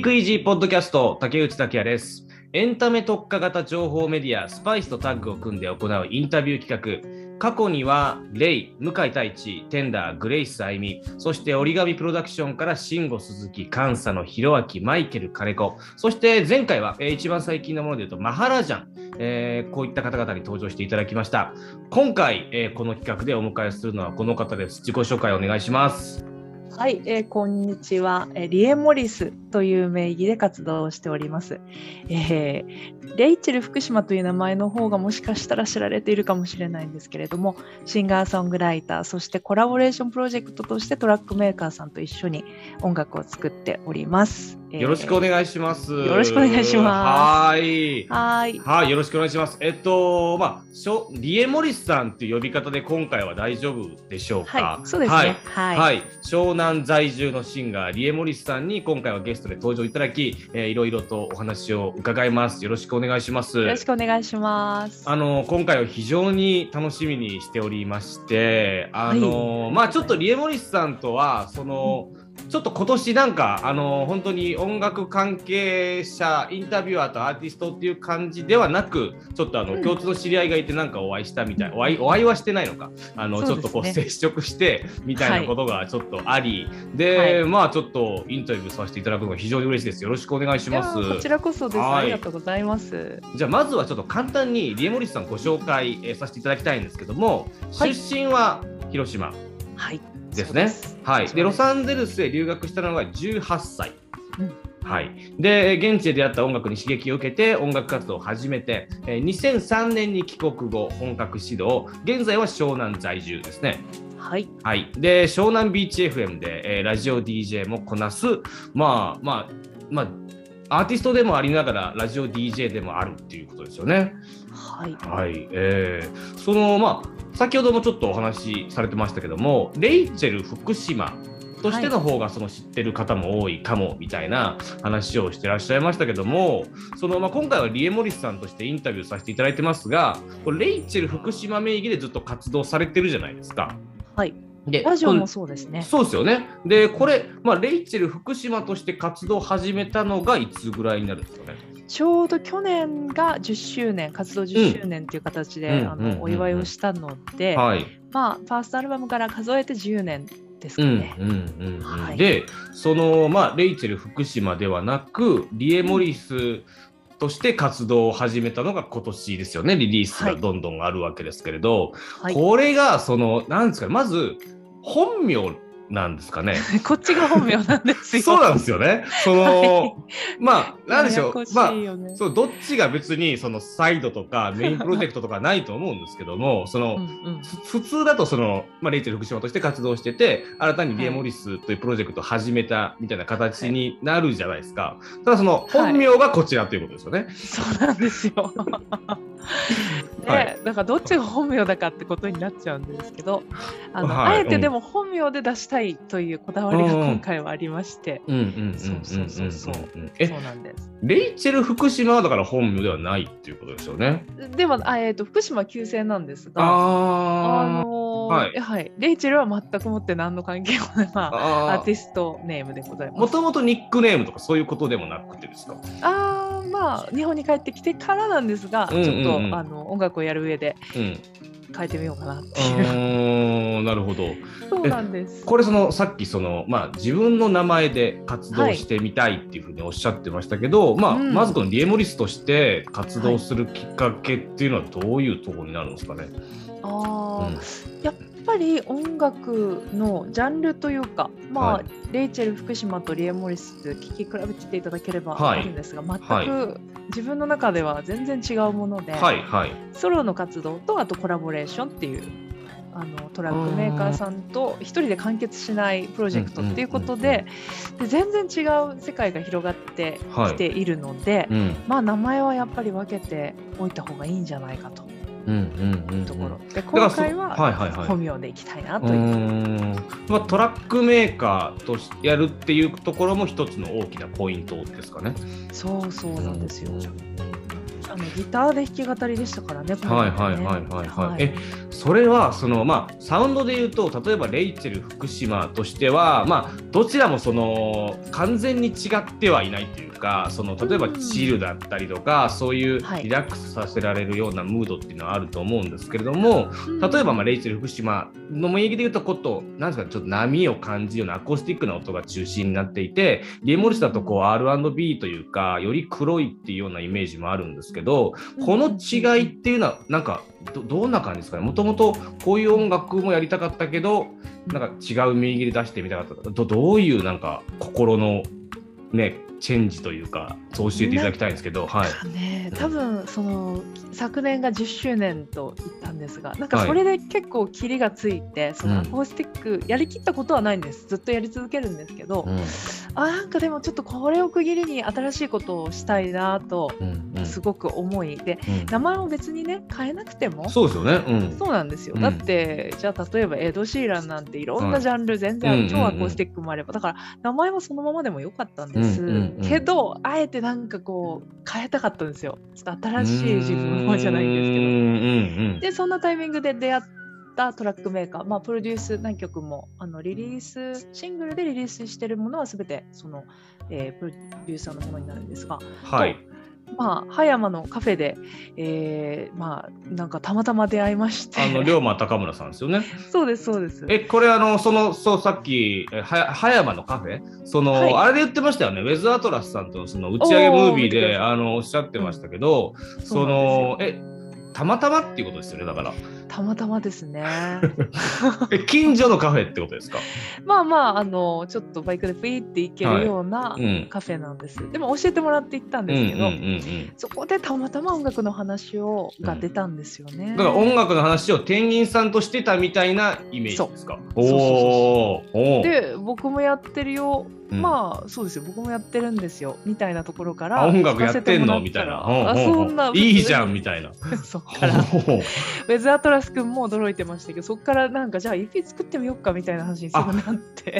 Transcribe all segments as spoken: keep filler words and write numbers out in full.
クイジーポッドキャスト、竹内拓也です。エンタメ特化型情報メディアスパイスとタッグを組んで行うインタビュー企画。過去にはレイ、向井太一、テンダー、グレイスあいみ、そして折り紙プロダクションから慎吾鈴木、監査のひろあき、マイケル金子、そして前回は、えー、一番最近のものでいうとマハラジャン、えー、こういった方々に登場していただきました。今回、えー、この企画でお迎えするのはこの方です。自己紹介お願いします。 はい、えー、こんにちは、えー、リエモリスという名義で活動をしております、えー、レイチェル福島という名前の方がもしかしたら知られているかもしれないんですけれども、シンガーソングライター、そしてコラボレーションプロジェクトとしてトラックメーカーさんと一緒に音楽を作っております。 よろしくお願いします。 よろしくお願いします。 はい。 はい。 はい、よろしくお願いします。えっと、まあ、しょリエモリスさんっていう呼び方で今回は大丈夫でしょうか。 はい、そうですね。 はい。 はいはい、湘南在住のシンガー、リエモリスさんに今回はゲストで登場いただき、えー、いろいろとお話を伺います。よろしくお願いします。 よろしくお願いします。 あの、今回は非常に楽しみにしておりまして、あの、はい、まあちょっとリエモリスさんとは、その、うんちょっと今年なんかあの本当に音楽関係者インタビュアーとアーティストっていう感じではなく、ちょっとあの、うん、共通の知り合いがいてなんかお会いしたみたい、お会い、お会いはしてないのか、あの、ね、ちょっとこう接触してみたいなことがちょっとあり、はい、で、はい、まあちょっとインタビューさせていただくのが非常に嬉しいです。よろしくお願いします。 こちらこそです。ありがとうございます。 じゃあまずはちょっと簡単にリエモリスさんご紹介、えー、させていただきたいんですけども、はい、出身は広島。 はいですね。はい。で、ロサンゼルスへ留学したのがじゅうはっさい。うん、はい。で、現地で出会った音楽に刺激を受けて音楽活動を始めて、えー、にせんさんねんに帰国後本格指導。現在は湘南在住ですね。 はい。 はい。で、湘南ビーチ エフエム で、えー、ラジオ ディージェー もこなす、まあまあまあアーティストでもありながらラジオ ディージェー でもあるっていうことですよね。 はい。 はい。えー、そのまあ。先ほどもちょっとお話しされてましたけども、レイチェル福島としての方がその知ってる方も多いかもみたいな話をしてらっしゃいましたけども、そのまあ今回はリエモリスさんとしてインタビューさせていただいてますが、これレイチェル福島名義でずっと活動されてるじゃないですか。 はい。でラジオもそうですね。 そうですよね。で、これ、まあ、レイチェル福島として活動を始めたのがいつぐらいになるんですかね。 ちょうど去年がじゅっしゅうねん、活動じゅっしゅうねんという形で、うん、あのお祝いをしたので、はい、まあ、ファーストアルバムから数えてじゅうねんですかね。 で、その、まあ、レイチェル福島ではなく、リエモリスとして活動を始めたのが今年ですよね。リリースがどんどんあるわけですけれど、はい、これが、その、なんですかね、まず、本名なんですかね。 こっちが本名なんですよ。 そうなんですよね。その、はい、まあ、なんでしょう。 ね、 まあ、そう、どっちが別にそのサイドとかメインプロジェクトとかないと思うんですけども、その、うんうん、普通だとその、まあ、レイチェル福島として活動してて、新たにリエモリスというプロジェクトを始めたみたいな形になるじゃないですか。はい、ただその本名がこちらということですよね。はい、 そうなんですよ。ね、はい、だからどっちが本名だかってことになっちゃうんですけど、あの、はい、あえてでも本名で出したいというこだわりが今回はありまして、そうそうそうそう、そうなんです。 レイチェル福島はだから本名ではないっていうことですよね。 でも、あ、えっと福島旧姓なんですが、 あ、 あのー、はい、はい、レイチェルは全くもって何の関係もない、まあ、アーティストネームでございます。 もともとニックネームとかそういうことでもなくてですか。 あー、まあ日本に帰ってきてからなんですが、うんうんうん、ちょっとあの音楽をやる上で、うん変えてみようかなっていう。 なるほど。 そうなんです。 これそのさっきその、まあ、自分の名前で活動してみたいっていうふうにおっしゃってましたけど、はい、まあ、うん、まずこのリエモリスとして活動するきっかけっていうのはどういうところになるんですかね。 あ、うん、やっぱり音楽のジャンルというか、まあ、はい、レイチェル福島とリエモリス聴き比べていただければ分かるんですが、はい、全く自分の中では全然違うもので、はいはい、ソロの活動とあとコラボレーションっていうあのトラックメーカーさんと一人で完結しないプロジェクトっていうことで、で全然違う世界が広がってきているので、はい、うん、まあ名前はやっぱり分けておいた方がいいんじゃないかと。うんうんうんうん、ところで今回は本名でいきたいなという、はいはいはい、 まあ、トラックメーカーとしてやるっていうところも一つの大きなポイントですかね。 そうそうなんですよ。 あのギターで弾き語りでしたからね。これねはいはいはいはいはい。 はい、 え、それはそのまあサウンドで言うと、例えばレイチェル福島としては、まあどちらもその完全に違ってはいないというか、その例えばチルだったりとか、うん、そういうリラックスさせられるようなムードっていうのはあると思うんですけれども、うん、例えばまあレイチェル福島の名義で言うと、こと、なんですか、ちょっと波を感じるようなアコースティックな音が中心になっていて、リエモリスだとこう アールアンドビー というか、より黒いっていうようなイメージもあるんですけど、この違いっていうのはなんか ど, どんな感じですかね。もともとこういう音楽もやりたかったけど、なんか違う名義で出してみたかった。ど, どういうなんか心のねチェンジというか、そう教えていただきたいんですけど、はい。 ね、多分その昨年がじゅっしゅうねんと言ったんですが、なんかそれで結構キリがついて、はい、そのアコースティックやりきったことはないんです。ずっとやり続けるんですけど、うん、あ、なんかでもちょっとこれを区切りに新しいことをしたいなとすごく思いで、うんうん、名前を別にね変えなくても、 そうですよね、うん、 そうなんですよ。だってじゃあ例えばエド・シーランなんていろんなジャンル全然ある、はい、超アコースティックもあれば、だから名前はそのままでもよかったんです、うんうんうん、けどあえてなんかこう変えたかったんですよ。ちょっと新しい自分をじゃないんですけど、うんうん、でそんなタイミングで出会ったトラックメーカー、まあ、プロデュース何曲もあのリリースシングルでリリースしてるものは全てその、えー、プロデューサーのものになるんですが、 はい、 まあ、葉山のカフェで、えー、まあなんかたまたま出会いまして、 あの龍馬高村さんですよね。 そうですそうです。 え、これあのそのそうさっきは葉山のカフェ、その、はい、あれで言ってましたよね。ウェズアトラスさんとその打ち上げムービーであのおっしゃってましたけど、うん、そのえたまたまっていうことですよね。だからたまたまですね。 え、近所のカフェってことですか？ まあまあ、あのちょっとバイクでピーって行けるようなカフェなんです、はい、うん、でも教えてもらって行ったんですけど、うんうんうんうん、そこでたまたま音楽の話をが出たんですよね、うん、 だから音楽の話を店員さんとしてたみたいなイメージですか？ そうそうそうそうで、僕もやってるよ、うん、まあそうですよ、僕もやってるんですよみたいなところから音楽やってんのみたいな、あ、そんないいじゃんみたいなそっからウェズアトラス君も驚いてましたけど、そっからなんかじゃあ イーピー 作ってみようかみたいな話にすぐなって、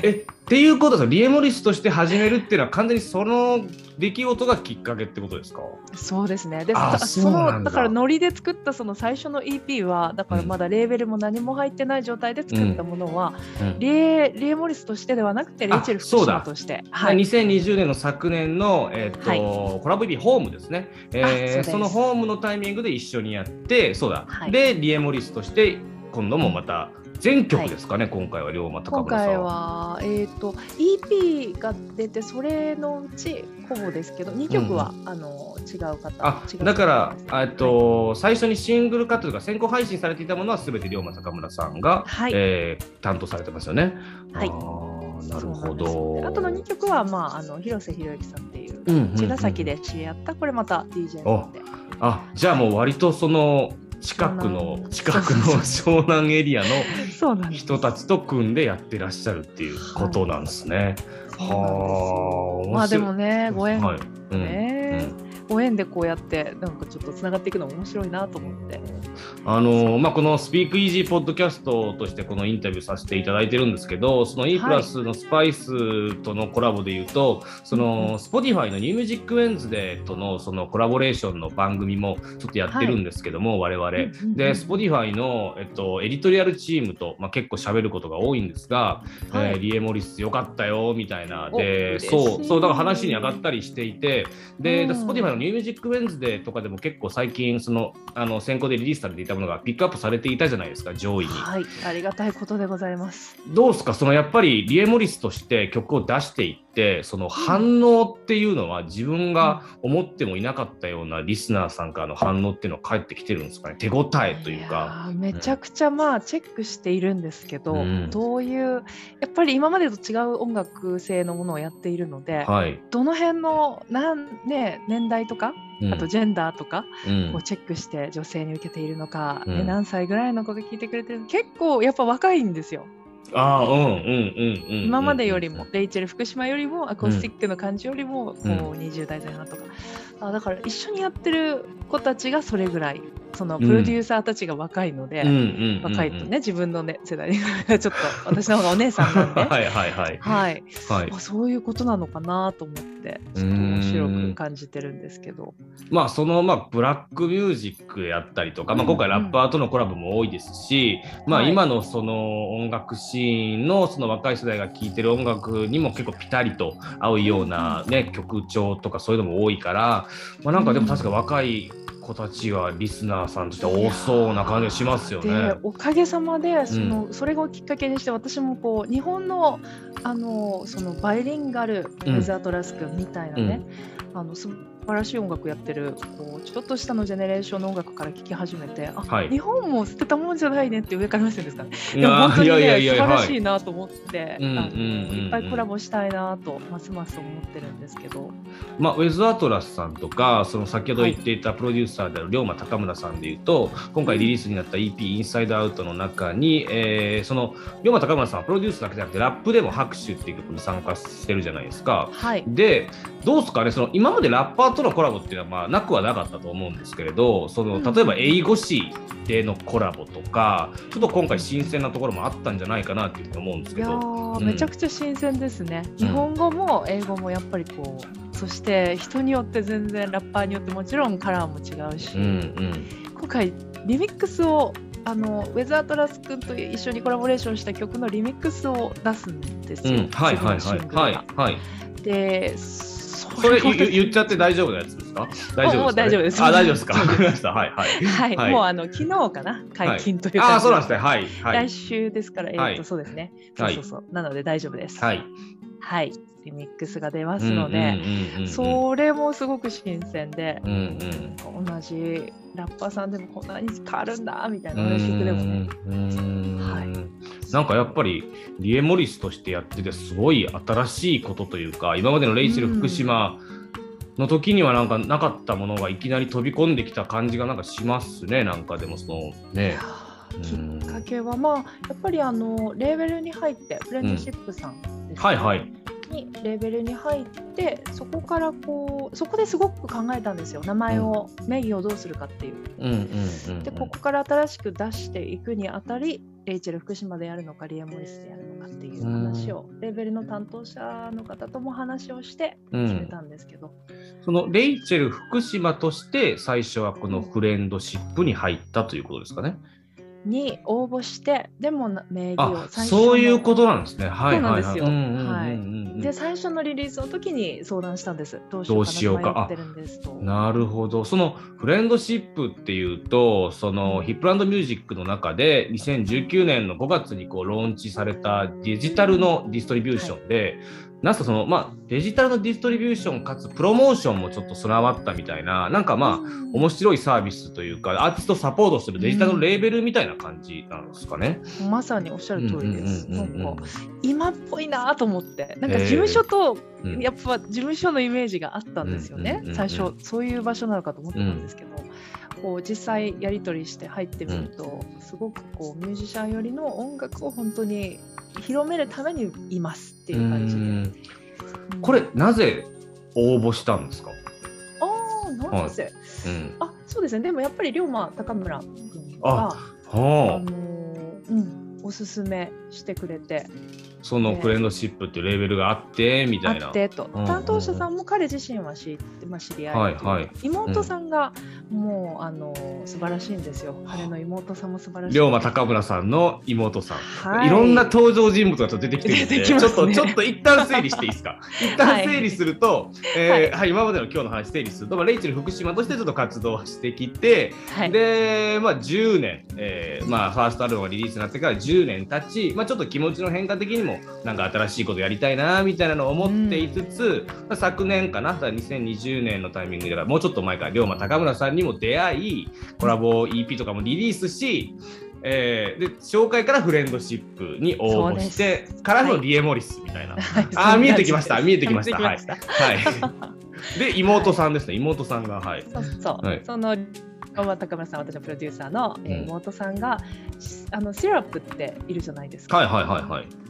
えっていうことですか？リエモリスとして始めるっていうのは完全にその出来事がきっかけってことですか？ そうですね。で、そのだからノリで作ったその最初の イーピー はだからまだレーベルも何も入ってない状態で作ったものは、うんうん、リ, エリエモリスとしてではなくてレイチェル福島として、 はい、にせんにじゅうねんの昨年の、えーとはい、コラボ イーピー ホームですね、えー、そ, そのホームのタイミングで一緒にやってそうだ、はい、でリエモリスとして今度もまた全曲ですかね、はい、今回は龍馬高村さん。 今回は、えーと、イーピー が出てそれのうちほぼですけどにきょくは、うん、あの違う方あ違う方だからえっと、はい、最初にシングルカットとか先行配信されていたものは全て龍馬高村さんが、はい、えー、担当されてますよね。 はい、あなるほど。あとのにきょくは、まあ、あの広瀬宏之さんっていう茅ヶ崎で知り合った、これまた ディージェー なんで。 あ、じゃあもう割とその近くの近くの湘南エリアの人たちと組んでやってらっしゃるっていうことなんですね。 はあ、まあでもね、ご縁、はい、ね、うんうん、ご縁でこうやってなんかちょっとつながっていくのも面白いなと思って。 あのまあ、このスピークイージーポッドキャストとしてこのインタビューさせていただいてるんですけど、その E プラスのスパイスとのコラボでいうと、はい、その Spotify のニューミュージックウェンズデーとのそのコラボレーションの番組もちょっとやってるんですけども、はい、我々で Spotify の、えっと、エディトリアルチームと、まあ、結構喋ることが多いんですが、はい、えー、リエモリスよかったよみたいなで、そうそうだから話に上がったりしていて、で、うん、Spotify のニューミュージックウェンズデーとかでも結構最近そのあの先行でリリースされていたものがピックアップされていたじゃないですか、上位に。 はい、ありがたいことでございます。 どうですか、そのやっぱりリエモリスとして曲を出していってその反応っていうのは自分が思ってもいなかったようなリスナーさんからの反応っていうのは返ってきてるんですかね。手応えというか。 いやめちゃくちゃまあチェックしているんですけど、うん、どういうやっぱり今までと違う音楽性のものをやっているので、はい、どの辺のなん、ね、年代とかあとジェンダーとかをチェックして女性に受けているのか、うん、何歳ぐらいの子が聞いてくれてるのか、結構やっぱ若いんですよ。 あうんうんうんうん、 今までよりもレイチェル福島よりもアコースティックの感じよりもこうにじゅう代前半とか、うん、あだから一緒にやってる子たちがそれぐらいそのプロデューサーたちが若いので、うん、若いとね自分の、ね、世代がちょっと私の方がお姉さんなんではいはいはい、 はいはい、そういうことなのかなと思ってちょっと面白く感じてるんですけど、 まあそのまあブラックミュージックやったりとか、まあ、今回ラッパーとのコラボも多いですし、うん、まあ今のその音楽シーンのその若い世代が聴いてる音楽にも結構ピタリと合うようなね、曲調とかそういうのも多いから、まあ、なんかでも確か若い子たちがリスナーさんとして多そうな感じがしますよね。 でおかげさまでその、うん、それをきっかけにして私もこう日本のあのそのバイリンガルウェザートラス君みたいなね、うん、あの素晴らしい音楽やってるこうちょっと下のジェネレーションの音楽から聴き始めて、あ、はい、日本も捨てたもんじゃないねって上から目線ですかね。でも本当にねいやいやいや素晴らしいなと思って、いっぱいコラボしたいなとますます思ってるんですけど、 まあ、ウェズ・アトラスさんとかその先ほど言っていたプロデューサーである龍馬高村さんでいうと、今回リリースになった イーピー インサイドアウトの中に、えー、その龍馬高村さんはプロデュースだけじゃなくてラップでも拍手っていう曲に参加してるじゃないですか、はい、でどうですかね、その今までラッパーとのコラボっていうのはまあなくはなかったと思うんですけれど、その例えば英語詞でのコラボとかちょっと今回新鮮なところもあったんじゃないかなっていうふうに思うんですけど、いやー、うん、めちゃくちゃ新鮮ですね。日本語も英語もやっぱりこう、そして人によって全然ラッパーによってもちろんカラーも違うし、うんうん、今回リミックスをあのウェザートラス君と一緒にコラボレーションした曲のリミックスを出すんですよ、うん、はいはいはいはいはい。でそれ言っちゃって大丈夫なやつですか？大丈夫ですかね？ もう大丈夫です。 あ、大丈夫ですか？わかりました。はいはい。 はい。はい、もうあの昨日かな解禁というか、はい、 あ、そうなんですね。はいはい。 来週ですから、えー、っとそうですね。はい、そうそうそう。なので大丈夫です。はい。はい。リミックスが出ますので、それもすごく新鮮で、うんうん、同じラッパーさんでもこんなに変わるんだみたいな、同じ曲でもね。 はい。なんかやっぱりリエ・モリスとしてやっててすごい新しいことというか、今までのレイチェル福島の時にはなんかなかったものがいきなり飛び込んできた感じがなんかしますね。なんかでもそのね。 きっかけはまあやっぱりあのレーベルに入ってフレンドシップさんですね、うん、はいはいにレーベルに入ってそこからこうそこですごく考えたんですよ。名前を、うん、名義をどうするかっていう、うんうんうんうん、でここから新しく出していくにあたりレイチェル福島でやるのかリエ・モリスでやるのかっていう話を、うん、レーベルの担当者の方とも話をして決めたんですけど、 うん、そのレイチェル福島として最初はこのフレンドシップに入ったということですかね。 に応募してでも名義を最初のそういうことなんですね。はい、 そうなんですよ。で最初のリリースの時に相談したんです。どうしようかなと迷ってるんですと。 なるほど。そのフレンドシップっていうとそのヒップランドミュージックの中でにせんじゅうきゅうねんのごがつにこうローンチされたデジタルのディストリビューションで、はい、なんかそのまあデジタルのディストリビューションかつプロモーションもちょっと備わったみたいな、なんかまあ面白いサービスというかアーティストサポートするデジタルのレーベルみたいな感じなんですかね。 まさにおっしゃる通りです。なんか今っぽいなと思って、なんか事務所とやっぱ事務所のイメージがあったんですよね。最初そういう場所なのかと思ってたんですけど、うん、こう実際やり取りして入ってみると、うん、すごくこうミュージシャンよりの音楽を本当に広めるためにいますっていう感じで。うんこれなぜ応募したんですか？ ああ、なぜ、はいうん、あ、そうですね。でもやっぱり龍馬高村君があ、はあ、あのー、うん、おすすめしてくれて。 そのフレンドシップっていうレーベルがあってみたいな。 あってと、うんうん、担当者さんも彼自身は知って、まあ、知り合い、はいはい、妹さんがもう、うん、あの素晴らしいんですよ。彼の妹さんも素晴らしい。 龍馬高村さんの妹さん、はい、いろんな登場人物がちょっと出てきてるので、ね、ちょっとちょっと一旦整理していいですか？一旦整理すると、はいえーはい、今までの今日の話整理すると、まあ、レイチェル福島としてちょっと活動してきて、はい、で、まあ、じゅうねん、えーまあ、ファーストアルバムがリリースになってからじゅうねん経ち、まあ、ちょっと気持ちの変化的にもなんか新しいことやりたいなみたいなのを思っていつつ、うん、昨年かなにせんにじゅうねんのタイミングでもうちょっと前から龍馬高村さんにも出会いコラボ イーピー とかもリリースし、えー、で紹介からフレンドシップに応募してからのリエ・モリスみたいな、はい、あ見えてきました見えてきましたはい、はい、で妹さんですね、はい、妹さんがはいそうそう、はい、その龍馬高村さん私のプロデューサーの、うん、妹さんがあのシラップっているじゃないですか。 はいはいはいはい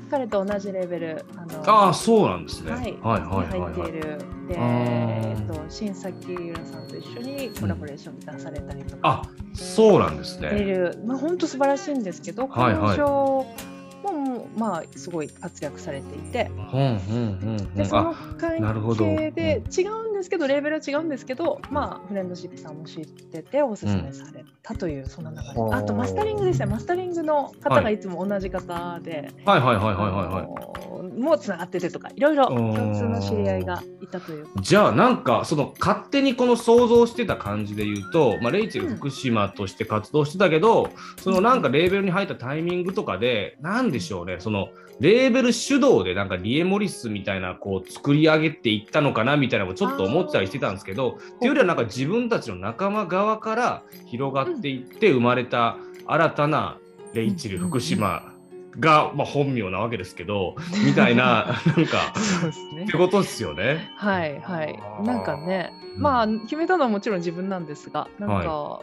彼と同じレーベル、 あのあそうなんですね。 はい、 はいはいはい、 入っている。で、えっと新崎浦さんと一緒にコラボレーション出されたりとか、 うん、あそうなんですね。 出る、まあ本当素晴らしいんですけど、 はいはい、 彼女もまあすごい活躍されていて、 うんうんうんうん、 でその関係で違うんですけど、レーベルは違うんですけど、まあフレンドシップさんも知ってておすすめされたという、うん、そんな流れ。あとマスタリングですね。マスタリングの方がいつも同じ方で、 はい、はいはいはいはいはいはい、 もうつながっててとか、いろいろ共通の知り合いがいたという。 じゃあなんかその勝手にこの想像してた感じで言うと、まあ、レイチェル福島として活動してたけど、うん、そのなんかレーベルに入ったタイミングとかで、なんでしょうね、そのレーベル主導でなんかリエモリスみたいなこう作り上げていったのかなみたいなのをちょっと思ってたりしてたんですけど、っていうよりはなんか自分たちの仲間側から広がっていって生まれた新たなレイチェル福島が、まあ、本名なわけですけどみたいななんかそうですね、 ってことですよね。 はいはいなんかね、まあ決めたのはもちろん自分なんですが、なんか、はい、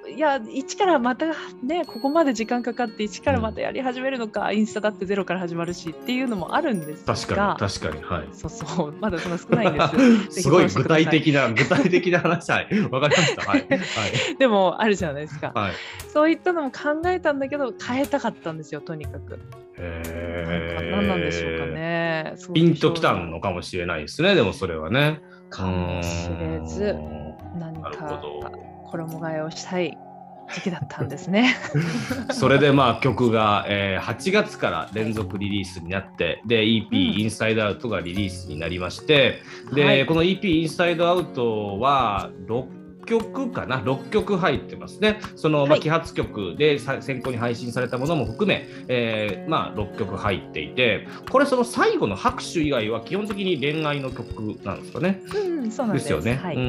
いや一からまたねここまで時間かかって一からまたやり始めるのか、うん、インスタだってゼロから始まるしっていうのもあるんですが、 確かに確かに、はい、 そうそうまだそんな少ないんですすごい具体的な具体的な話、はいわかりました、はいはい、 でもあるじゃないですか、 はい、 そういったのも考えたんだけど変えたかったんですよ、とにかく。 へー、 何なんでしょうかね。 ピンときたのかもしれないですね、でもそれはね。 かもしれず何か衣替えをしたい時期だったんですね。 それでまあ曲が、えー、はちがつから連続リリースになって、で イーピー、うん、インサイドアウトがリリースになりまして、で、はい、この イーピー インサイドアウトはろっきょくかな、ろっきょく入ってますね。その、まあ、揮発曲で先行に配信されたものも含め、えー、まあろっきょく入っていて、これその最後の拍手以外は基本的に恋愛の曲なんですかね。 うん、そうなんです。 ですよね。 はい、 うんうんうん。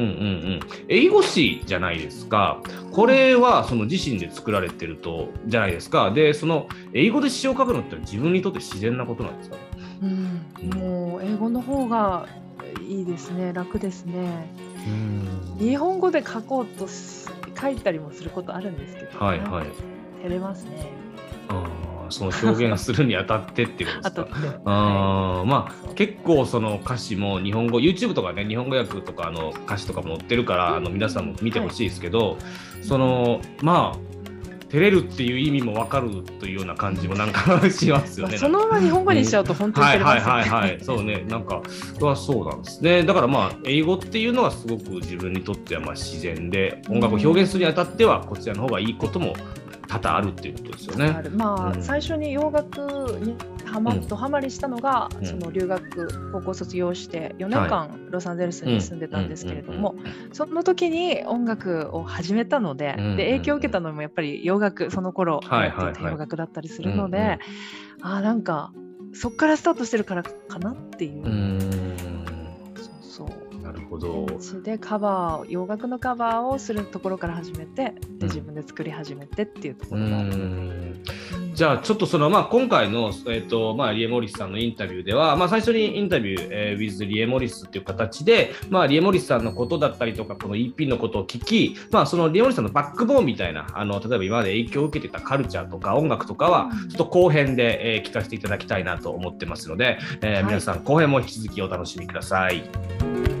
英語詞じゃないですか。これはその自身で作られてるとじゃないですか。で、その英語で詩を書くのって自分にとって自然なことなんですか？ うん、うん、もう英語の方がいいですね。楽ですね。うん、日本語で書こうと書いたりもすることあるんですけど、はいはい、照れますね。 あその表現するにあたってっていうことですか？あ、 はい、 まあ結構その歌詞も日本語 YouTube とかね日本語訳とかあの歌詞とかも載ってるから、うん、あの皆さんも見てほしいですけど、はい、そのまあ照れるっていう意味も分かるというような感じもなんかしますよね。 まあ、そのまま日本語にしちゃうと本当に照れますよね。 はいはいはいはい、そうね、なんかはそうなんですね。だからまあ英語っていうのはすごく自分にとってはまあ自然で、音楽を表現するにあたってはこちらの方がいいことも多々あるっていうことですよね。 まあ、 うん、 最初に洋楽にハマとハマりしたのが、うん、その留学高校卒業してよねんかん、はい、ロサンゼルスに住んでたんですけれども、その時に音楽を始めたので、うん、で影響を受けたのもやっぱり洋楽、その頃やってた洋楽だったりするので、はいはいはい、あなんかそっからスタートしてるからかなっていう。うーんそうそうなるほど。 でカバー洋楽のカバーをするところから始めて、で自分で作り始めてっていうところがあるので、うん、 じゃあちょっとその、まあ、今回の、えーとまあ、リエ・モリスさんのインタビューでは、まあ、最初にインタビュー、えー、with リエ・モリスっていう形で、まあ、リエ・モリスさんのことだったりとかこの イーピー のことを聞き、まあ、そのリエ・モリスさんのバックボーンみたいなあの例えば今まで影響を受けてたカルチャーとか音楽とかはちょっと後編で、えー、聞かせていただきたいなと思ってますので、えーはい、皆さん後編も引き続きお楽しみください。